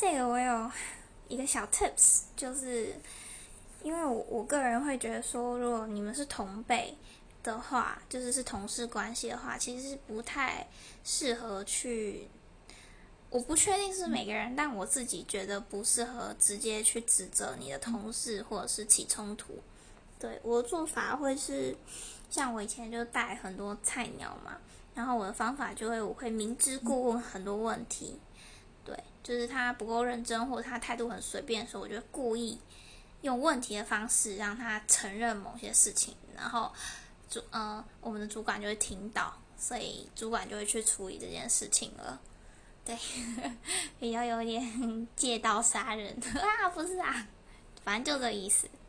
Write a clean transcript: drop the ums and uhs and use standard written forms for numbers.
这个我有一个小 tips，就是因为我个人会觉得说，如果你们是同辈的话，就是同事关系的话，其实是不太适合去。我不确定是每个人，但我自己觉得不适合直接去指责你的同事或者是起冲突。对，我的做法会是，像我以前就带很多菜鸟嘛，然后我的方法我会明知故问很多问题。对，就是他不够认真或者他态度很随便的时候，我就会故意用问题的方式让他承认某些事情，然后我们的主管就会听到，所以主管就会去处理这件事情了。对，比较有点借刀杀人啊，不是啊，反正就这个意思。